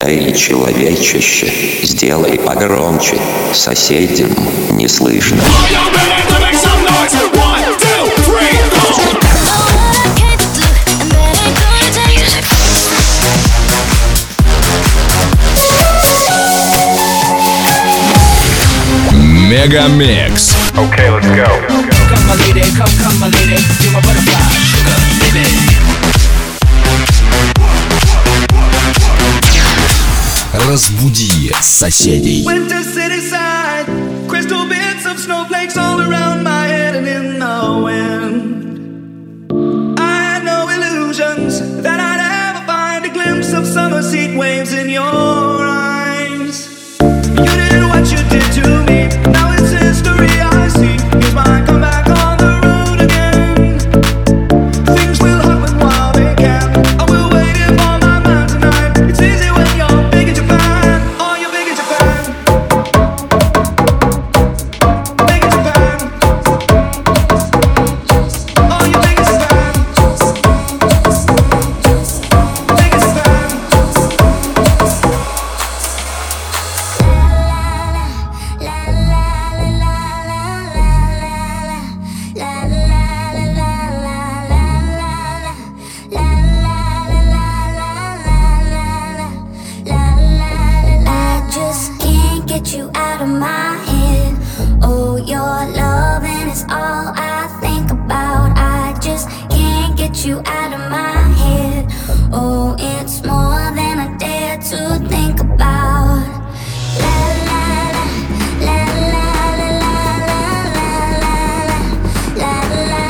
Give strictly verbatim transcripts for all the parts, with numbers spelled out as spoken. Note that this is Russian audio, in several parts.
Эй, человечище, сделай погромче, соседям не слышно. Мегамикс. Okay, let's go. Come my lady, come, come my lady, you're my butterfly, sugar, baby. Разбуди соседей. Winter city side, crystal bits of snowflakes all around my head and in the wind. I had no illusions that I'd ever find a glimpse of summer heat waves in your eyes. You did what you did to me, now it's history I see. Here's my comeback on the road again. Things will happen while they can. I will wait here for my man tonight. It's easy when you're big in Japan. Oh, you're big in Japan. Big in Japan. Oh, you're big in Japan. Big in Japan. I just can't get you out of my head. Oh, your loving is all I think about. I just can't get you out of my head. Oh, it's more than I dare to think about. La la la, la la la la la la la la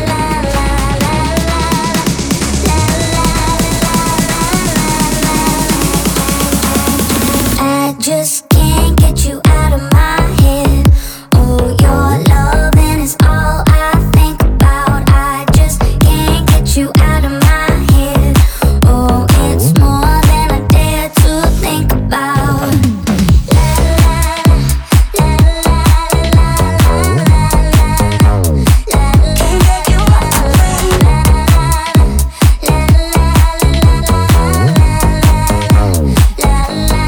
I just can't get you out of my head. Oh, your loving is all I think about. I just can't get you out of my head. Oh, it's more than I dare to think about. La la la, la la la la la la. Can't get you out of my head. La la la la la la la.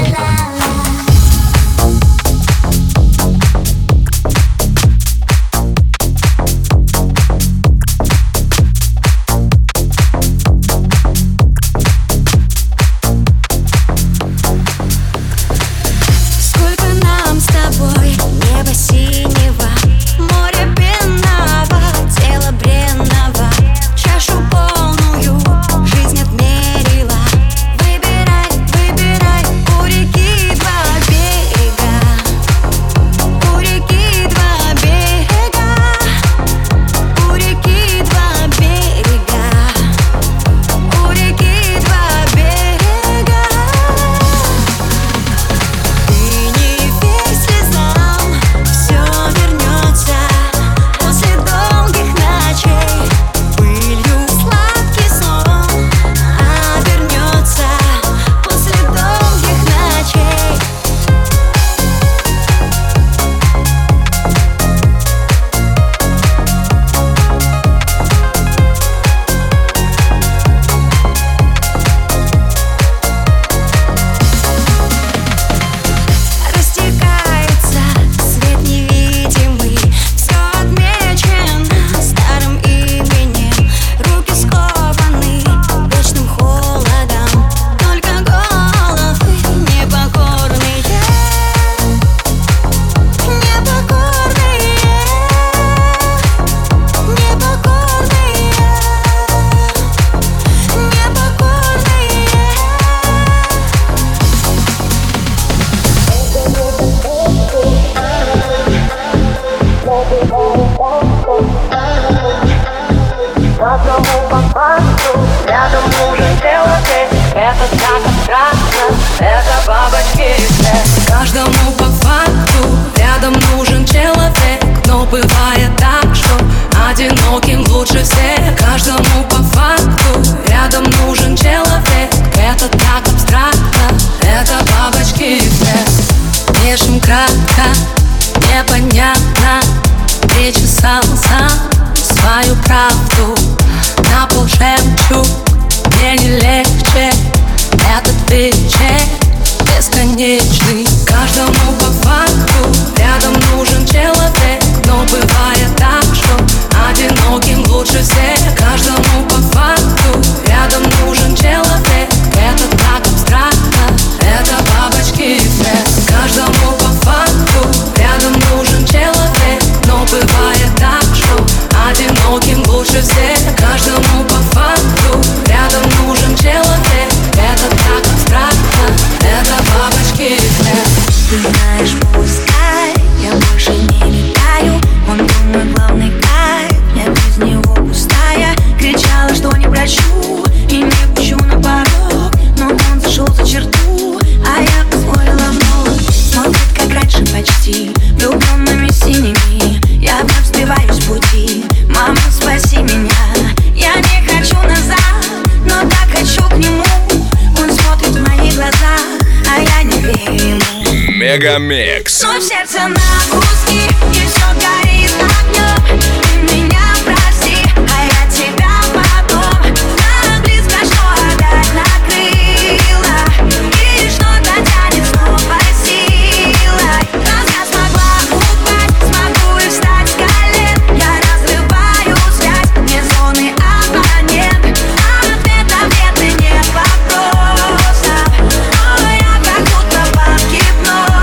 Сколько нам с тобой неба синего, море пенного, тело бренного, чашу полную жизнь отмерила. Выбирай, выбирай, у реки два берега, у реки два берега, у реки два берега, у реки два берега. Ты не верь слезам, все вернется после долгих ночей. Пылью сладкий сон обернется после долгих ночей. Растекается свет невидимый, все отмечено старым именем. Руки скованы вечным холодом, только головы непокорные, непокорные, непокорные, Каждому по факту рядом нужен человек. Это так абстрактно, это бабочки эффект. Каждому по факту рядом нужен человек, но бывает так, что одиноким лучше всех. Каждому по факту рядом нужен человек. Это так абстрактно, это бабочки эффект. Пишем кратко, непонятно, причесал сам свою правду. На пол шепчу, мне не легче этот вечер. бесконечный. Каждому по факту рядом нужен человек, но бывает так, что одиноким лучше всех. Каждому по факту рядом нужен человек. Это так абстрактно, это бабочки эффект. Каждому по факту рядом нужен человек, но бывает так, что одиноким лучше всех. Каждому по факту рядом нужен человек. Это так абстрактно, это бабочки эффект. Ты знаешь, пускай я больше не летаю, он был мой главный кайф, я без него пустая. Кричала, что не прощу и не пущу на порог, но он зашел за черту, а я позволила вновь. Смотрит, как раньше почти, влюбленными синими. Я вновь сбиваюсь с пути. Мама, спаси меня, я не хочу назад, но так хочу к нему. Он смотрит в мои глаза, а я не верю ему. Мегамикс. Но в сердце на куски, и все горит огнем. Ты меня прости, а я тебя потом. Так близко, что опять накрыла, и что-то тянет с новой силой. Раз я смогла упасть, смогу и встать с колен. Я разрываю связь, мне зоны абонент. Ответ, ответы нет вопросов, но я как будто под гипнозом.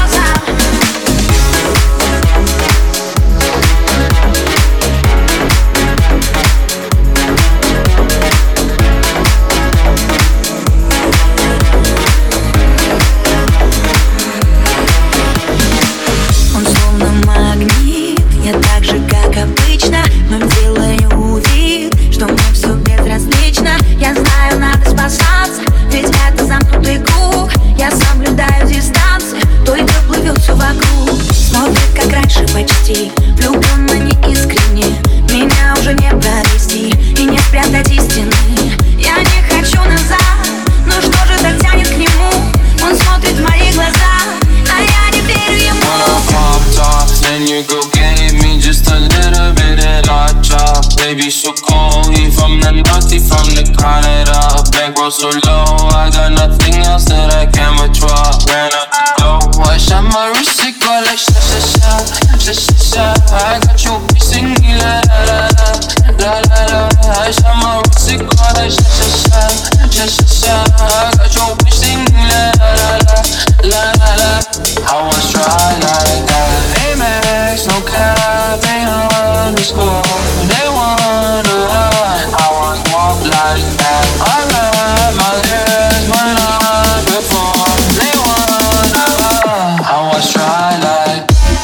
Он словно магнит, я так же, как обычно, но делаю вид, что мне все безразлично. Я знаю, надо спасаться, ведь это замкнутый круг. Я соблюдаю дистанцию, только плывет все вокруг. Смотрит, как раньше почти, влюбленно неискренне. Меня уже не провести и не спрятать истины. Я не хочу назад, но что же так тянет к нему? Он смотрит в мои глаза, а я не верю ему. Then you go gave me just a little bit of hot chop. Baby so cold, he from the north, he from the Canada. Bankroll so low, I got nothing else that I can withdraw. Ran up the dough, I shot my wrist, it go like sha sha sha, sha sha sha. I got your bitch singing la la la la la la. I shot my wrist, it go like sha sha sha, sha sha sha. I got your bitch singing la la la la la la. I was try like that. Amex, no cap, ain't no underscore. They wanna ride, I was walk like that. I ride my legs when I'm before. They wanna ride, I was try like.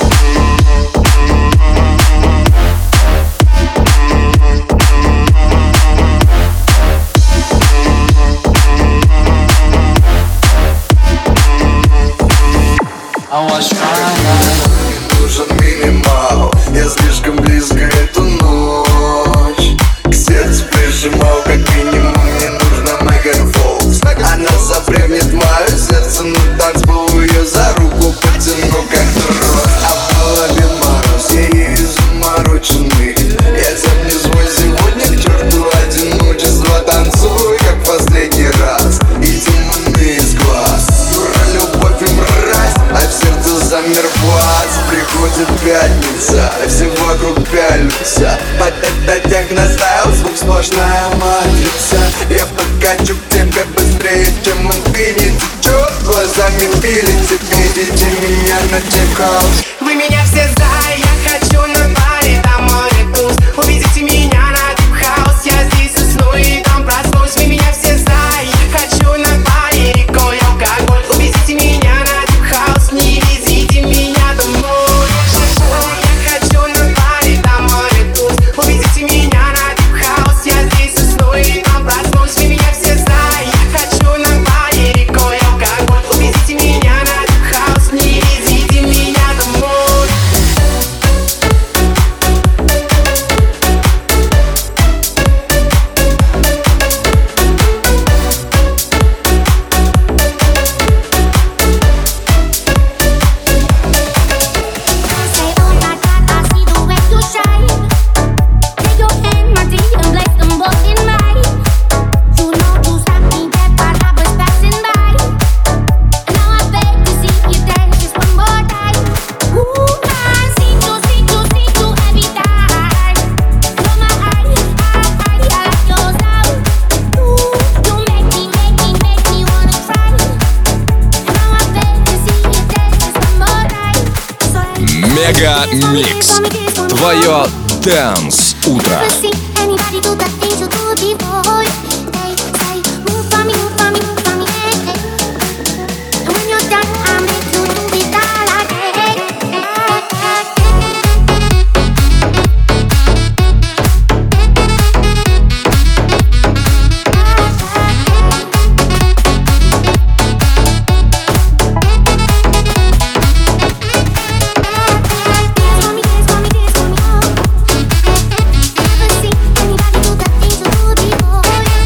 I was trying like. Нужен минимал, я слишком близко эту ночь к сердцу прижимал, как минимум мне нужно Меган Фокс. Она запрягнет мое сердце, но танцпол ее за руку потяну, как трос. А в голове мороз, я ею замороченный. Я темный свой сегодня к черту одиночество. Танцуй, как в последний раз, и демоны из глаз. Дура, любовь и мразь, а в сердце замер глаз. Приходит пятница, все вокруг пялятся. Под это техностайл, звук сплошная матрица. Я подкачу к тебе быстрее, чем инфинити. Чё глазами пилите, видите меня на тик-хаус. Вы меня все за, я хочу на баре, там море туз. Увидите меня на дип-хаус, я здесь усну и там проснусь. Вы меня все за, я хочу на баре, рекой алкоголь. Увидите меня на дип-хаус, не везите меня домой. Я хочу на баре, там море туз. Увидите меня на дип-хаус, я здесь усну и там проснусь. Вы меня все за, я хочу на баре, рекой алкоголь. Увидите меня на дип-хаус, не везите меня домой. Мега Микс. Твое Dance утро. Anybody do that thing you do before?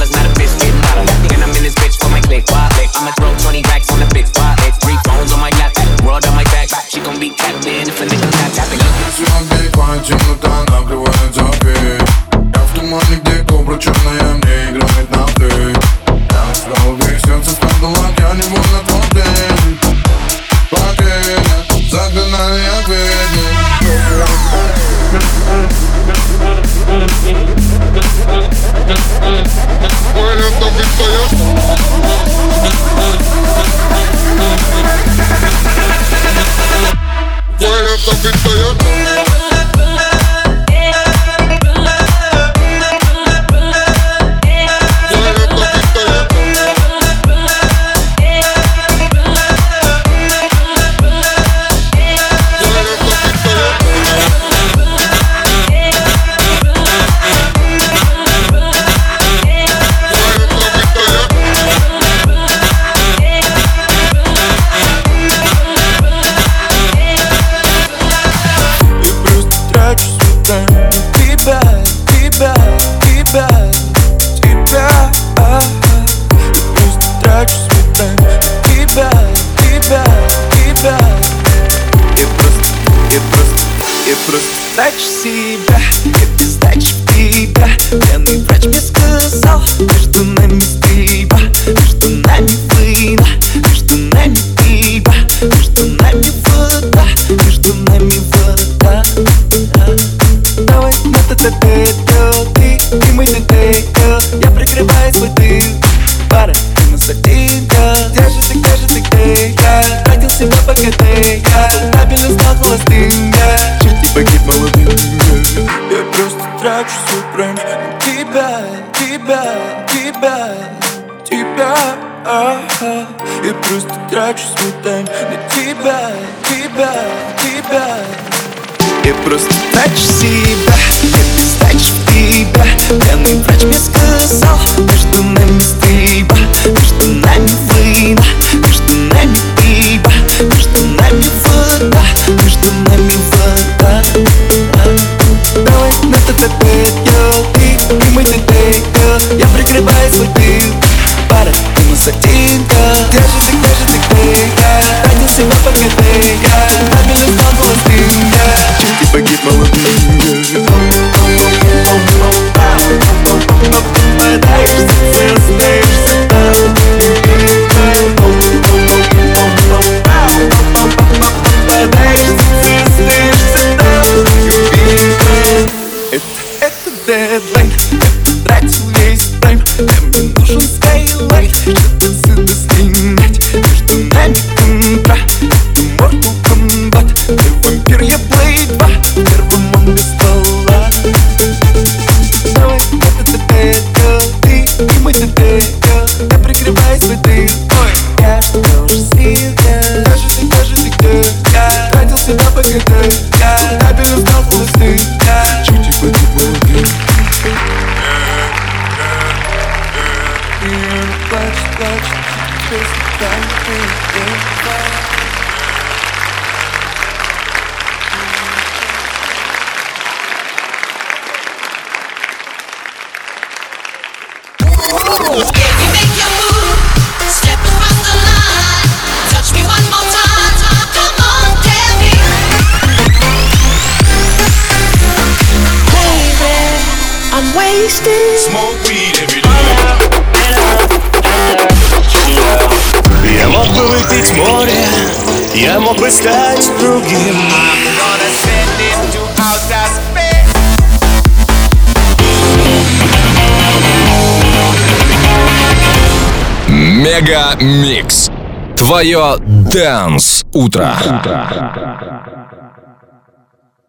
dollars, not a bitch getting hotter. And I'm in this bitch for my click, wild lick. I'ma throw twenty racks on the big spot. Three phones on my lap, world on my back. She gon' be captain if a nigga not tapping. Сегодня твоя темнота накрывает запись. Я в тумане, где кобра черная мне играет на ты. Я в голове, сердце в кандалах, я не буду на твой день. Пакет, загнали ответы. Bueno, toque estoy yo. Bueno, toque estoy yo. Трачу себя, я без дачи в тебя. Пьяный врач мне сказал, между нами стрельба, между нами война, между нами пиво, между нами вода, между нами вода. Давай на ТТ, ты и мой ТТ. Я прикрываю свой тыл, пара, ты нас один. Где же ты, где же ты, где я? Родил себя по КТ, я стабильно стал холостым, я чуть не погиб молодым. Я просто трачу свой прайм на тебя, тебя, тебя, тебя. А-а. Я просто трачу свой тайм на тебя, тебя, тебя. Я просто трачу себя, я без дачи в тебя. Пьяный врач мне сказал, между нами стрельба, между нами война, между нами пиво, между нами вода, между нами вода. Давай на ТТП, ты и мой ТТ. Я прикрываю свой тыл, пара, ты нас один. Где же ты, где же ты, где я? Родил себя по КТ, я стабильно стал холостым, я чуть не погиб молодым. Попадаешься, ты остаешься там. Попадаешься, ты остаешься там. Это, это дедлайн, это тратил весь тайм. Мне нужен скайлайт, чтобы отсюда снять. Между нами контра, это Mortal Kombat. Ты вампир, я Blade два, в первом он без ствола. Давай, это ТТ, ты и мой ТТ. Я прикрываю свой тыл, я тоже слил. Где же ты, где же ты, где я? Тратил себя по КТ, я стабильно стал холостым, я чуть не погиб молодым. Плачь, плачь, без тебя. Smoke weed every day. Я мог бы выпить море, я мог бы стать другим. Мега Микс. Твое Dance утро.